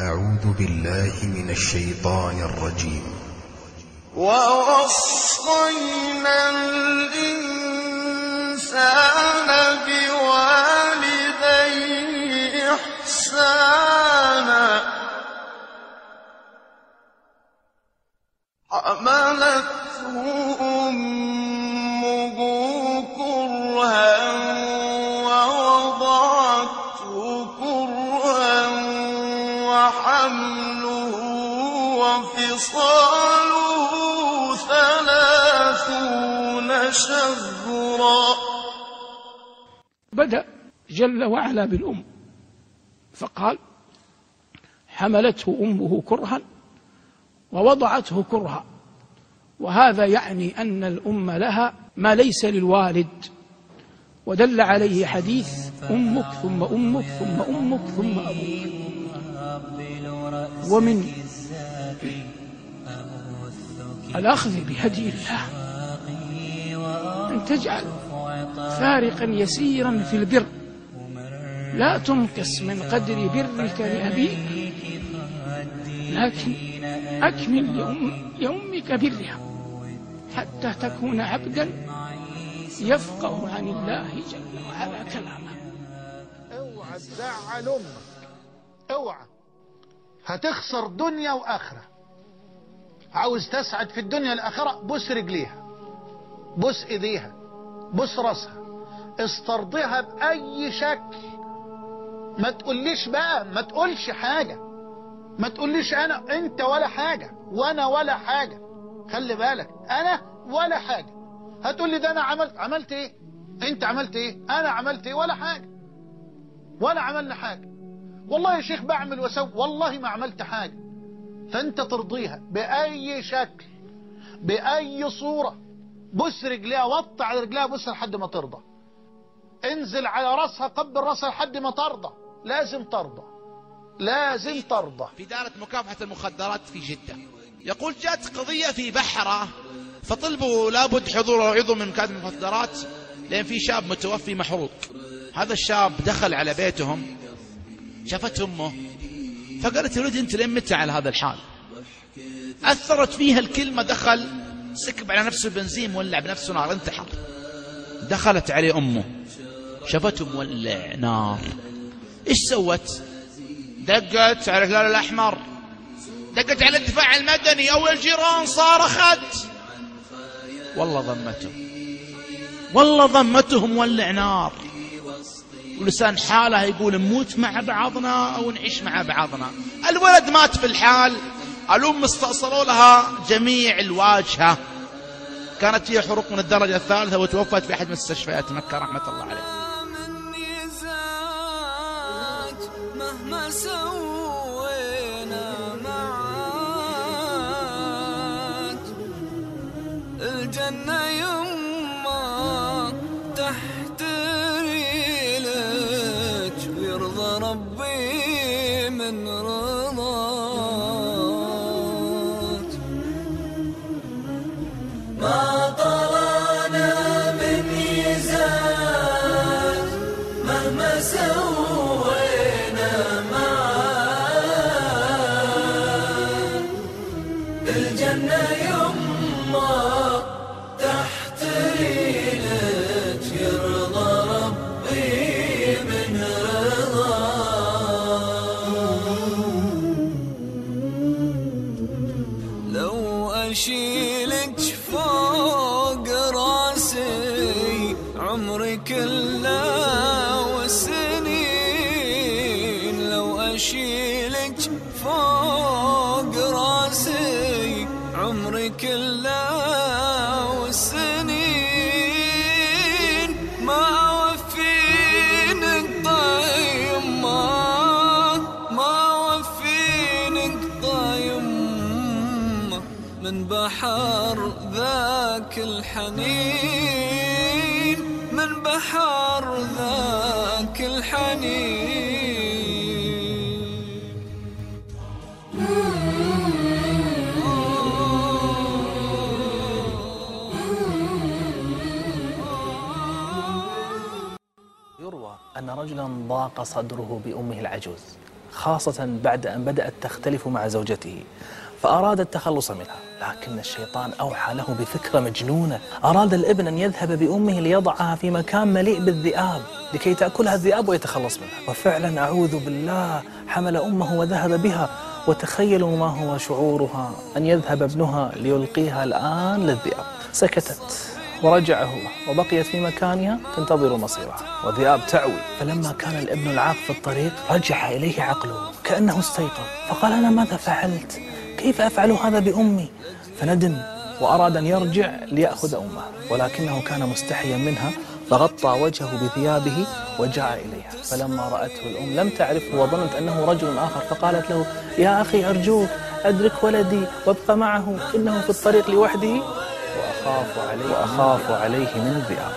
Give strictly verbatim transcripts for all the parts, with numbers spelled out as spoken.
أعوذ بالله من الشيطان الرجيم. ووصينا الإنسان بوالديه إحسانا حملته أمه كرها ووضعته كرها وحمله وفصاله ثلاثون شهرا. بدأ جل وعلا بالأم فقال: حملته أمه كرها ووضعته كرها. وهذا يعني أن الأم لها ما ليس للوالد، ودل عليه حديث أمك ثم أمك ثم أمك ثم أبوك. ومن الأخذ بهدي الله أن تجعل فارقا يسيرا في البر، لا تنقص من قدر برك لأبيك، لكن أكمل لأم لأمك برها حتى تكون عبدا يفقه عن الله جل وعلا كلامه. اوعى تزعل امك، اوعى، هتخسر دنيا واخره. عاوز تسعد في الدنيا والاخره، بوس رجليها، بوس ايديها، بوس راسها، استرضيها باي شكل. ما تقوليش بقى، ما تقولش حاجه، ما تقوليش انا انت ولا حاجه وانا ولا حاجه. خلي بالك، انا ولا حاجه. هتقولي ده انا عملت عملت ايه؟ انت عملت ايه؟ انا عملت ايه؟ ولا حاجه، ولا عملنا حاجه. والله يا شيخ بعمل واسوي، والله ما عملت حاجه. فانت ترضيها باي شكل باي صوره. بص رجليها، وطي على رجليها، بص لحد ما ترضى. انزل على راسها، قبل راسها لحد ما ترضى. لازم ترضى، لازم ترضى. في دارة مكافحة المخدرات في جدة يقول: جاءت قضية في بحرة فطلبوا لابد حضور عضو من مكافحة المخدرات لأن في شاب متوفي محروق. هذا الشاب دخل على بيتهم، شافت أمه فقالت: يا ولد أنت لين متى على هذا الحال؟ أثرت فيها الكلمة، دخل سكب على نفسه بنزين، ولع بنفسه نار، انتحر. دخلت عليه أمه، شافته مولع نار. إيش سوت؟ دقت على الهلال الأحمر، دقت على الدفاع المدني أو الجيران، صارخت، والله ضمته، والله ضمته مولع نار. ولسان حاله يقول: نموت مع بعضنا أو نعيش مع بعضنا. الولد مات في الحال. الأم استأصلوا لها جميع الواجهة، كانت فيها حروق من الدرجة الثالثة، وتوفت في أحد مستشفيات مكة رحمة الله عليه. مهما سوينا معاك الجنة يما تحت ريلك، ويرضى ربي من رضاك. ما طلعنا من ميزان مهما سوينا معاك الجنة يما تحت ريلك، يرضى ربي من رضاك. لو أشيلك فوق راسي عمري كله والسنين، لو أشيلك فوق راسي عمري كله والسنين، ما أوفينك طيب، ما ما أوفينك طيب من بحر ذاك الحنين، من بحر ذاك الحنين. يروى أن رجلا ضاق صدره بأمه العجوز، خاصة بعد أن بدأت تختلف مع زوجته، فأراد التخلص منها، لكن الشيطان أوحى له بفكرة مجنونة. أراد الابن أن يذهب بأمه ليضعها في مكان مليء بالذئاب لكي تأكلها الذئاب ويتخلص منها. وفعلا أعوذ بالله حمل أمه وذهب بها، وتخيلوا ما هو شعورها أن يذهب ابنها ليلقيها الآن للذئاب. سكتت ورجع هو، وبقيت في مكانها تنتظر مصيرها، والذئاب تعوي. فلما كان الابن العاق في الطريق رجع إليه عقله كأنه استيقظ، فقال أنا ماذا فعلت؟ كيف أفعل هذا بأمي؟ فندم وأراد أن يرجع ليأخذ أمه، ولكنه كان مستحيا منها فغطى وجهه بثيابه وجاء إليها. فلما رأته الأم لم تعرفه وظنت أنه رجل آخر، فقالت له يا أخي أرجوك أدرك ولدي وابقى معه، إنه في الطريق لوحده وأخاف عليه, وأخاف عليه من الذئاب.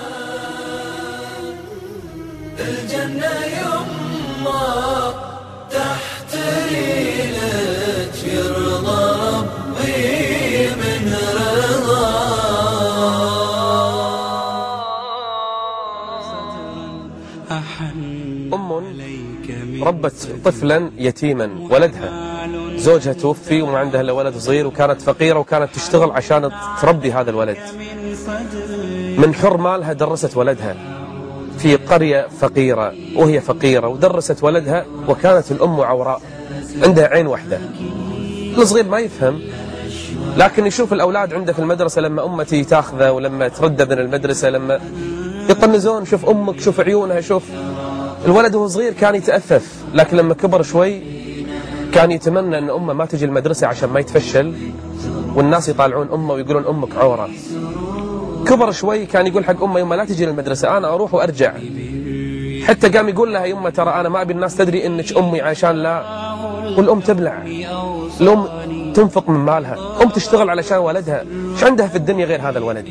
الجنة يما تحت ريلك يرضى ربي من رضا. أم ربت طفلا يتيما، ولدها زوجها توفي وما عندها إلا ولد صغير، وكانت فقيرة وكانت تشتغل عشان تربي هذا الولد. من حر مالها درست ولدها في قرية فقيرة وهي فقيرة، ودرست ولدها، وكانت الأم عوراء عندها عين واحدة. الصغير ما يفهم، لكن يشوف الأولاد عنده في المدرسة لما أمتي تاخذه ولما تردد من المدرسة لما يطنزون، شوف أمك شوف عيونها شوف. الولد وهو صغير كان يتأفف، لكن لما كبر شوي كان يتمنى أن أمه ما تجي المدرسة عشان ما يتفشل والناس يطالعون أمه ويقولون أمك عورة. كبر شوي كان يقول حق أمه يمه لا تجي للمدرسة أنا أروح وأرجع. حتى قام يقول لها يمه ترى أنا ما أبي الناس تدري إنك أمي عشان لا. والأم تبلع، الأم تنفق من مالها، أم تشتغل علشان ولدها، إيش عندها في الدنيا غير هذا الولد؟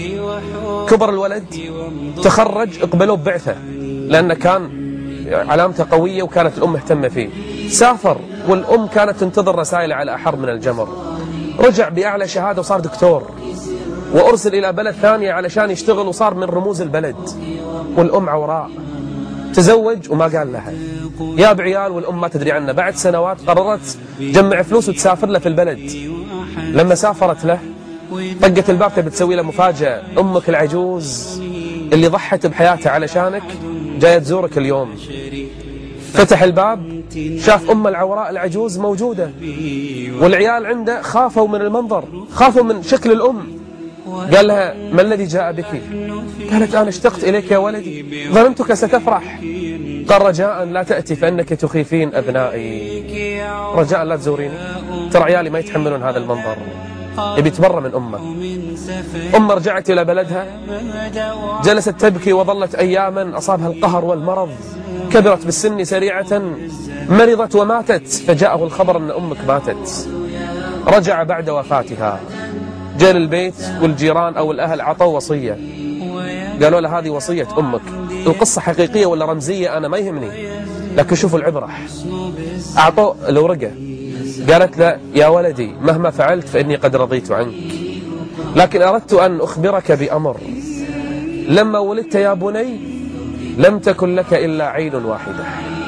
كبر الولد تخرج اقبلوه ببعثة لأنه كان علامته قوية وكانت الأم مهتمة فيه. سافر والأم كانت تنتظر رسائل على أحر من الجمر. رجع بأعلى شهادة وصار دكتور، وأرسل إلى بلد ثانية علشان يشتغل وصار من رموز البلد. والأم عوراء. تزوج وما قال لها، يا بعيال والأم ما تدري عنه. بعد سنوات قررت تجمع فلوس وتسافر له في البلد. لما سافرت له طقت الباب تبي تسوي له مفاجأة، أمك العجوز اللي ضحت بحياتها علشانك جاية تزورك اليوم. فتح الباب شاف أم العوراء العجوز موجودة، والعيال عنده خافوا من المنظر، خافوا من شكل الأم. قال لها ما الذي جاء بك؟ قالت أنا اشتقت إليك يا ولدي، ظننتك ستفرح. قال رجاء لا تأتي فإنك تخيفين أبنائي، رجاء لا تزوريني، ترى عيالي ما يتحملون هذا المنظر. يبي تبرى من أمه. أم رجعت إلى بلدها، جلست تبكي وظلت أياما أصابها القهر والمرض، كبرت بالسن سريعة، مرضت وماتت. فجاءه الخبر أن أمك ماتت. رجع بعد وفاتها، جاء البيت والجيران أو الأهل عطوا وصية، قالوا له هذه وصية أمك. القصة حقيقية ولا رمزية أنا ما يهمني، لكن شوفوا العبرة. أعطوا الورقة، قالت له يا ولدي مهما فعلت فإني قد رضيت عنك، لكن أردت أن أخبرك بأمر. لما ولدت يا بني لم تكن لك إلا عين واحدة.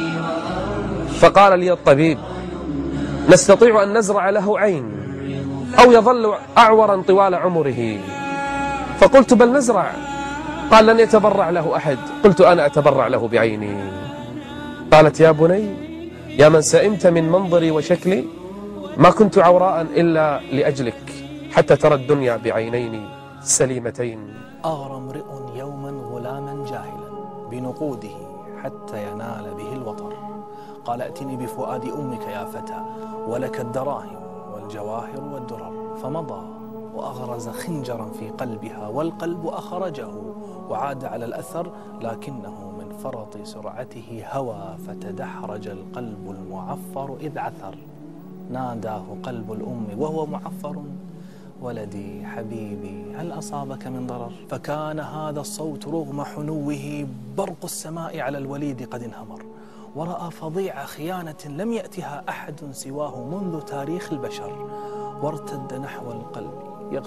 فقال لي الطبيب نستطيع أن نزرع له عين أو يظل أعورا طوال عمره. فقلت بل نزرع. قال لن يتبرع له أحد. قلت أنا أتبرع له بعيني. قالت يا بني يا من سئمت من منظري وشكلي، ما كنت عوراء إلا لأجلك حتى ترى الدنيا بعينين سليمتين. أغرى امرئ يوما غلاما جاهلا بنقوده حتى ينال به الوطر. قال ائتني بفؤاد أمك يا فتى، ولك الدراهم والجواهر والدرر. فمضى وأغرز خنجرا في قلبها، والقلب أخرجه وعاد على الأثر، لكنه من فرط سرعته هوى فتدحرج القلب المعفر إذ عثر. ناداه قلب الأم وهو معفر ولدي حبيبي هل أصابك من ضرر؟ فكان هذا الصوت رغم حنوه برق السماء على الوليد قد انهمر، ورأى فظيع خيانة لم يأتها أحد سواه منذ تاريخ البشر، وارتد نحو القلب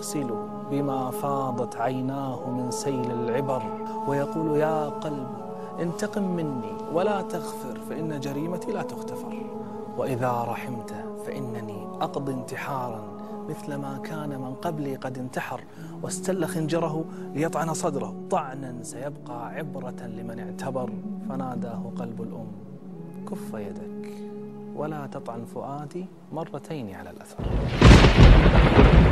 يغسله بما فاضت عيناه من سيل العبر، ويقول يا قلب انتقم مني ولا تغفر فإن جريمتي لا تغتفر، وإذا رحمت فإنني أقضي انتحارا مثل ما كان من قبلي قد انتحر واستل خنجره ليطعن صدره، طعنا سيبقى عبرة لمن اعتبر، فناداه قلب الأم كف يدك ولا تطعن فؤادي مرتين على الأثر.